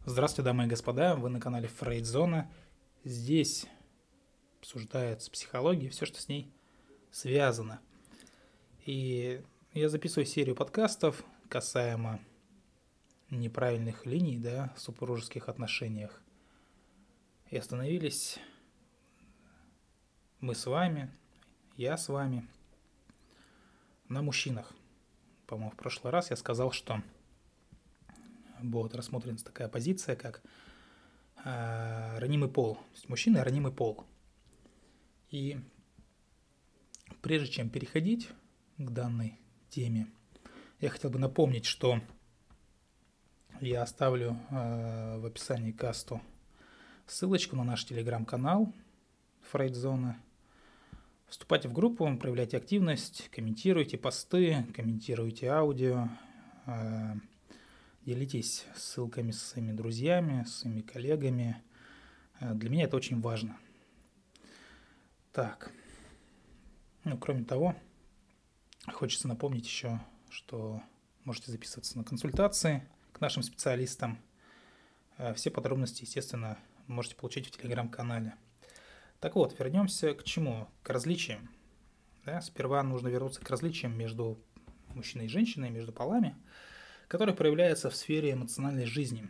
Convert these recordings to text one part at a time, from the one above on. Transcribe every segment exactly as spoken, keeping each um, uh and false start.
Здравствуйте, дамы и господа, вы на канале Фрейдзона. Здесь обсуждается психология, все, что с ней связано. И я записываю серию подкастов касаемо неправильных линий, да, в супружеских отношениях. И остановились мы с вами, я с вами, на мужчинах. По-моему, в прошлый раз я сказал, что будет рассмотрена такая позиция, как э, ранимый пол. То есть мужчина и ранимый пол. И прежде чем переходить к данной теме, я хотел бы напомнить, что я оставлю э, в описании к касту ссылочку на наш телеграм-канал Фрейдзона. Вступайте в группу, проявляйте активность, комментируйте посты, комментируйте аудио, э, делитесь ссылками со своими друзьями, со своими коллегами. Для меня это очень важно. Так, ну, кроме того, хочется напомнить еще, что можете записываться на консультации к нашим специалистам. Все подробности, естественно, можете получить в телеграм-канале. Так вот, вернемся к чему? К различиям. Да? Сперва нужно вернуться к различиям между мужчиной и женщиной, между полами, которые проявляются в сфере эмоциональной жизни.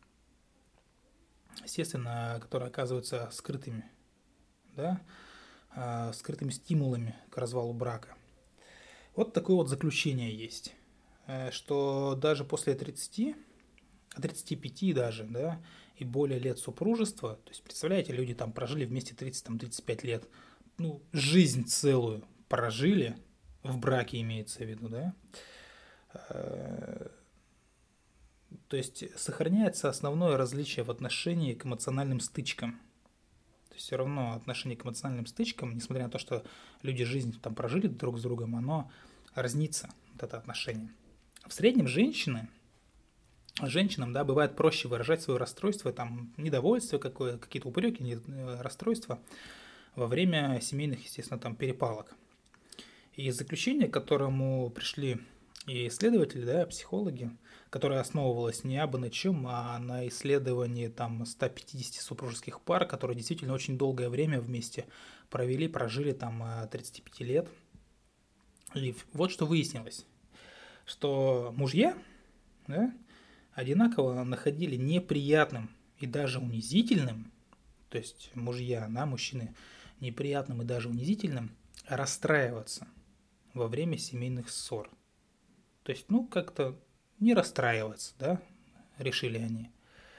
Естественно, которые оказываются скрытыми, да, скрытыми стимулами к развалу брака. Вот такое вот заключение есть, что даже после тридцати, тридцати пяти даже, да, и более лет супружества, то есть, представляете, люди там прожили вместе тридцать-тридцать пять лет, ну, жизнь целую прожили, в браке имеется в виду, да, то есть сохраняется основное различие в отношении к эмоциональным стычкам. То есть все равно отношение к эмоциональным стычкам, несмотря на то, что люди жизнь там прожили друг с другом, оно разнится, вот это отношение. В среднем женщины, женщинам, да, бывает проще выражать свое расстройство, там, недовольство, какое, какие-то упреки, расстройства во время семейных, естественно, там, перепалок. И заключение, к которому пришли и исследователи, да, психологи, которая основывалась не абы на чем, а на исследовании там ста пятидесяти супружеских пар, которые действительно очень долгое время вместе провели, прожили там тридцать пять лет. И вот что выяснилось, что мужья, да, одинаково находили неприятным и даже унизительным, то есть мужья, да, мужчины, неприятным и даже унизительным расстраиваться во время семейных ссор. То есть, ну, как-то не расстраиваться, да, решили они.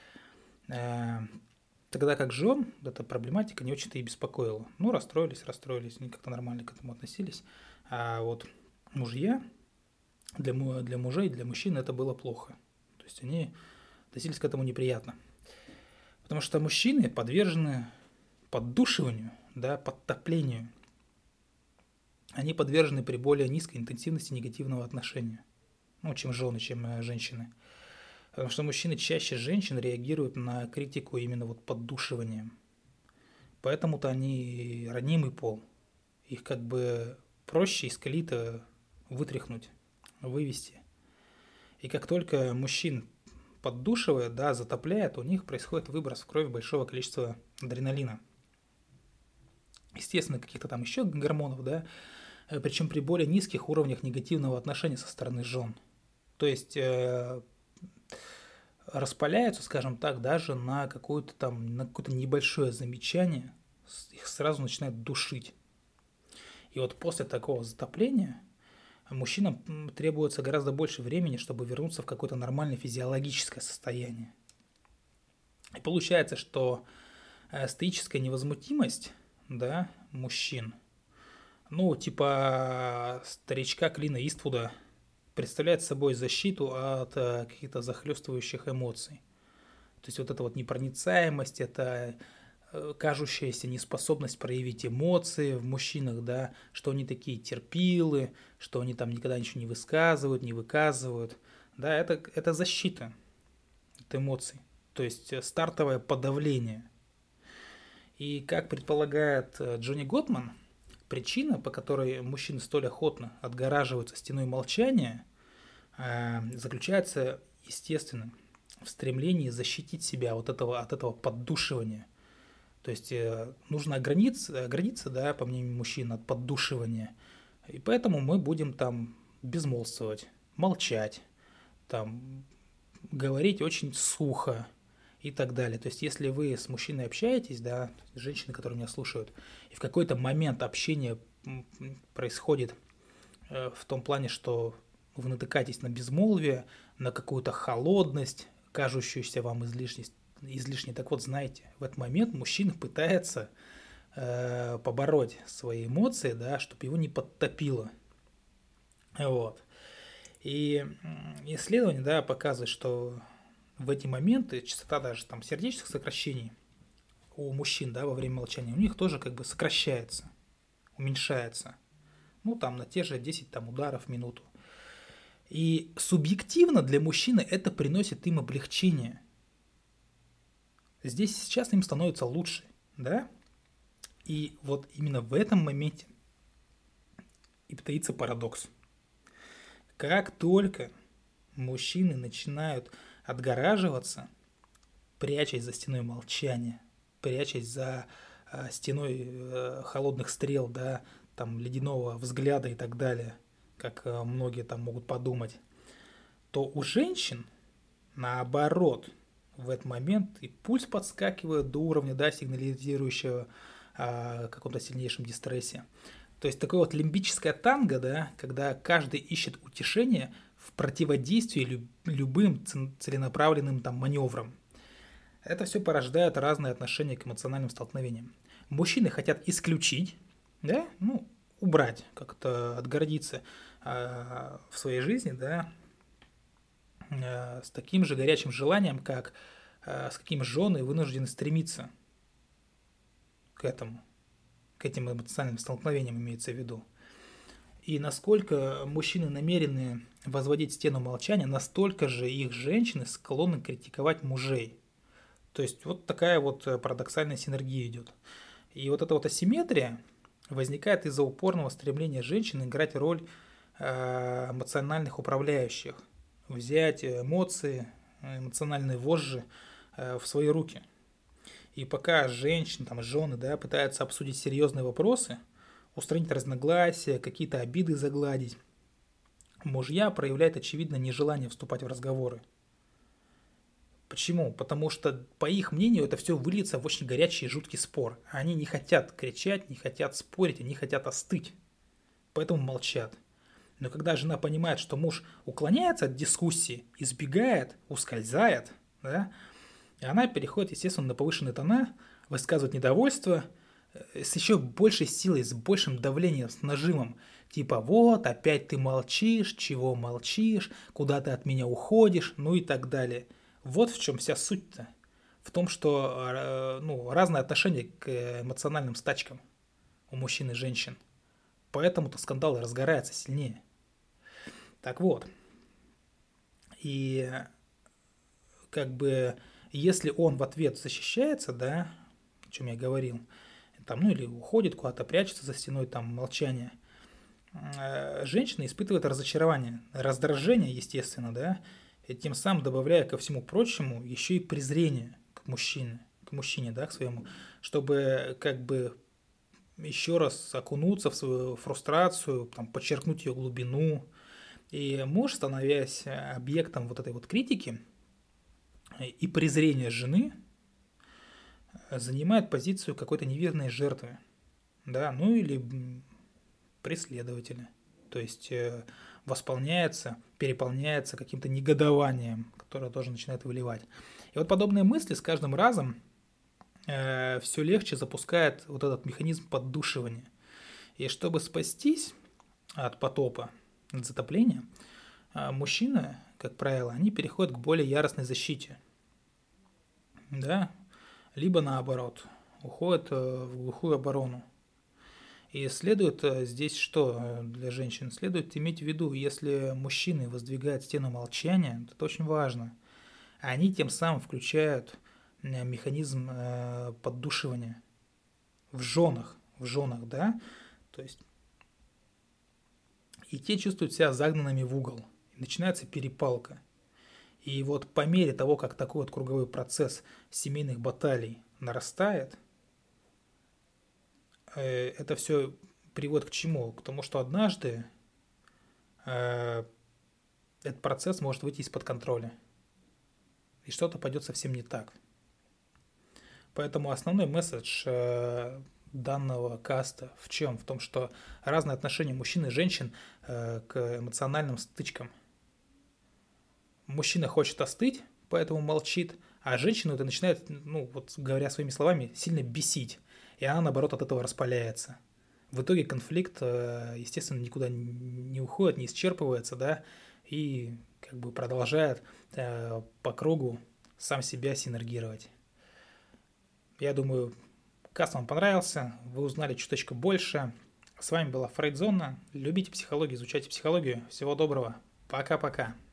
Тогда как жен эта проблематика не очень-то и беспокоила. Ну, расстроились, расстроились, они как-то нормально к этому относились. А вот мужья, для, для мужей, для мужчин это было плохо. То есть они относились к этому неприятно. Потому что мужчины подвержены поддушиванию, да, подтоплению. Они подвержены при более низкой интенсивности негативного отношения. Ну, чем жены, чем женщины. Потому что мужчины чаще женщин реагируют на критику именно вот поддушиванием. Поэтому-то они ранимый пол. Их как бы проще из колеи вытряхнуть, вывести. И как только мужчин поддушивает, да, затопляет, у них происходит выброс в кровь большого количества адреналина. Естественно, каких-то там еще гормонов, да, причем при более низких уровнях негативного отношения со стороны жен. То есть э, распаляются, скажем так, даже на какое-то там, на какое-то небольшое замечание, их сразу начинает душить. И вот после такого затопления мужчинам требуется гораздо больше времени, чтобы вернуться в какое-то нормальное физиологическое состояние. И получается, что стоическая невозмутимость, да, мужчин, ну, типа старичка Клина Иствуда, представляет собой защиту от э, каких-то захлестывающих эмоций. То есть вот эта вот непроницаемость, это э, кажущаяся неспособность проявить эмоции в мужчинах, да, что они такие терпилы, что они там никогда ничего не высказывают, не выказывают. Да, это, это защита от эмоций, то есть стартовое подавление. И как предполагает Джонни Готман, причина, по которой мужчины столь охотно отгораживаются стеной молчания, заключается, естественно, в стремлении защитить себя вот этого, от этого поддушивания. То есть э, нужно ограниться, ограниться, да, по мнению мужчин, от поддушивания. И поэтому мы будем там безмолвствовать, молчать, там, говорить очень сухо и так далее. То есть если вы с мужчиной общаетесь, да, женщины, которые меня слушают, и в какой-то момент общения происходит э, в том плане, что вы натыкаетесь на безмолвие, на какую-то холодность, кажущуюся вам излишней, излишней. Так вот, знаете, в этот момент мужчина пытается э, побороть свои эмоции, да, чтобы его не подтопило. Вот. И исследование, да, показывает, что в эти моменты частота даже там сердечных сокращений у мужчин, да, во время молчания, у них тоже как бы сокращается, уменьшается. Ну, там на те же десять там, ударов в минуту. И субъективно для мужчины это приносит им облегчение. Здесь сейчас им становится лучше, да? И вот именно в этом моменте и таится парадокс. Как только мужчины начинают отгораживаться, прячась за стеной молчания, прячась за э, стеной э, холодных стрел, да, там ледяного взгляда и так далее, как э, многие там могут подумать, то у женщин наоборот в этот момент и пульс подскакивает до уровня, да, сигнализирующего о каком-то сильнейшем дистрессе. То есть такое вот лимбическое танго, да, когда каждый ищет утешение в противодействии люб- любым целенаправленным там маневрам. Это все порождает разные отношения к эмоциональным столкновениям. Мужчины хотят исключить, да, ну, убрать, как-то отгородиться э, в своей жизни, да, э, с таким же горячим желанием, как э, с каким жены вынуждены стремиться к этому, к этим эмоциональным столкновениям имеется в виду. И насколько мужчины намерены возводить стену молчания, настолько же их женщины склонны критиковать мужей. То есть вот такая вот парадоксальная синергия идет. И вот эта вот асимметрия возникает из-за упорного стремления женщин играть роль э, эмоциональных управляющих, взять эмоции, эмоциональные вожжи э, в свои руки. И пока женщины, там, жены, да, пытаются обсудить серьезные вопросы, устранить разногласия, какие-то обиды загладить, мужья проявляют очевидное нежелание вступать в разговоры. Почему? Потому что, по их мнению, это все выльется в очень горячий и жуткий спор. Они не хотят кричать, не хотят спорить, они хотят остыть. Поэтому молчат. Но когда жена понимает, что муж уклоняется от дискуссии, избегает, ускользает, да, и она переходит, естественно, на повышенные тона, высказывает недовольство с еще большей силой, с большим давлением, с нажимом. Типа, вот, опять ты молчишь, чего молчишь, куда ты от меня уходишь, ну и так далее. Вот в чем вся суть-то. В том, что ну, разное отношение к эмоциональным стачкам у мужчин и женщин. Поэтому-то скандалы разгораются сильнее. Так вот. И как бы, если он в ответ защищается, да, о чем я говорил, там, ну или уходит куда-то, прячется за стеной там молчания, женщина испытывает разочарование, раздражение, естественно, да, и тем самым добавляя ко всему прочему еще и презрение к мужчине, к мужчине, да, к своему, чтобы как бы еще раз окунуться в свою фрустрацию, там, подчеркнуть ее глубину. И муж, становясь объектом вот этой вот критики и презрения жены, занимает позицию какой-то неверной жертвы, да, ну или преследователя. То есть восполняется, переполняется каким-то негодованием, которое тоже начинает выливать. И вот подобные мысли с каждым разом э, все легче запускает вот этот механизм поддушивания. И чтобы спастись от потопа, от затопления, э, мужчины, как правило, они переходят к более яростной защите. Да? Либо наоборот, уходят э, в глухую оборону. И следует здесь что для женщин? Следует иметь в виду, если мужчины воздвигают стену молчания, это очень важно, они тем самым включают механизм поддушивания в женах, в женах, да, то есть и те чувствуют себя загнанными в угол, и начинается перепалка. И вот по мере того, как такой вот круговой процесс семейных баталий нарастает, э, это все приводит к чему? К тому, что однажды э, этот процесс может выйти из-под контроля, и что-то пойдет совсем не так. Поэтому основной месседж э, данного каста в чем? В том, что разные отношения мужчин и женщин э, к эмоциональным стычкам. Мужчина хочет остыть, поэтому молчит, а женщину это начинает, ну вот говоря своими словами, сильно бесить. И она, наоборот, от этого распаляется. В итоге конфликт, э, естественно, никуда не уходит, не исчерпывается, да, и как бы продолжает э, по кругу сам себя синергировать. Я думаю, каст вам понравился, вы узнали чуточку больше. С вами была Фрейдзона. Любите психологию, изучайте психологию. Всего доброго. Пока-пока.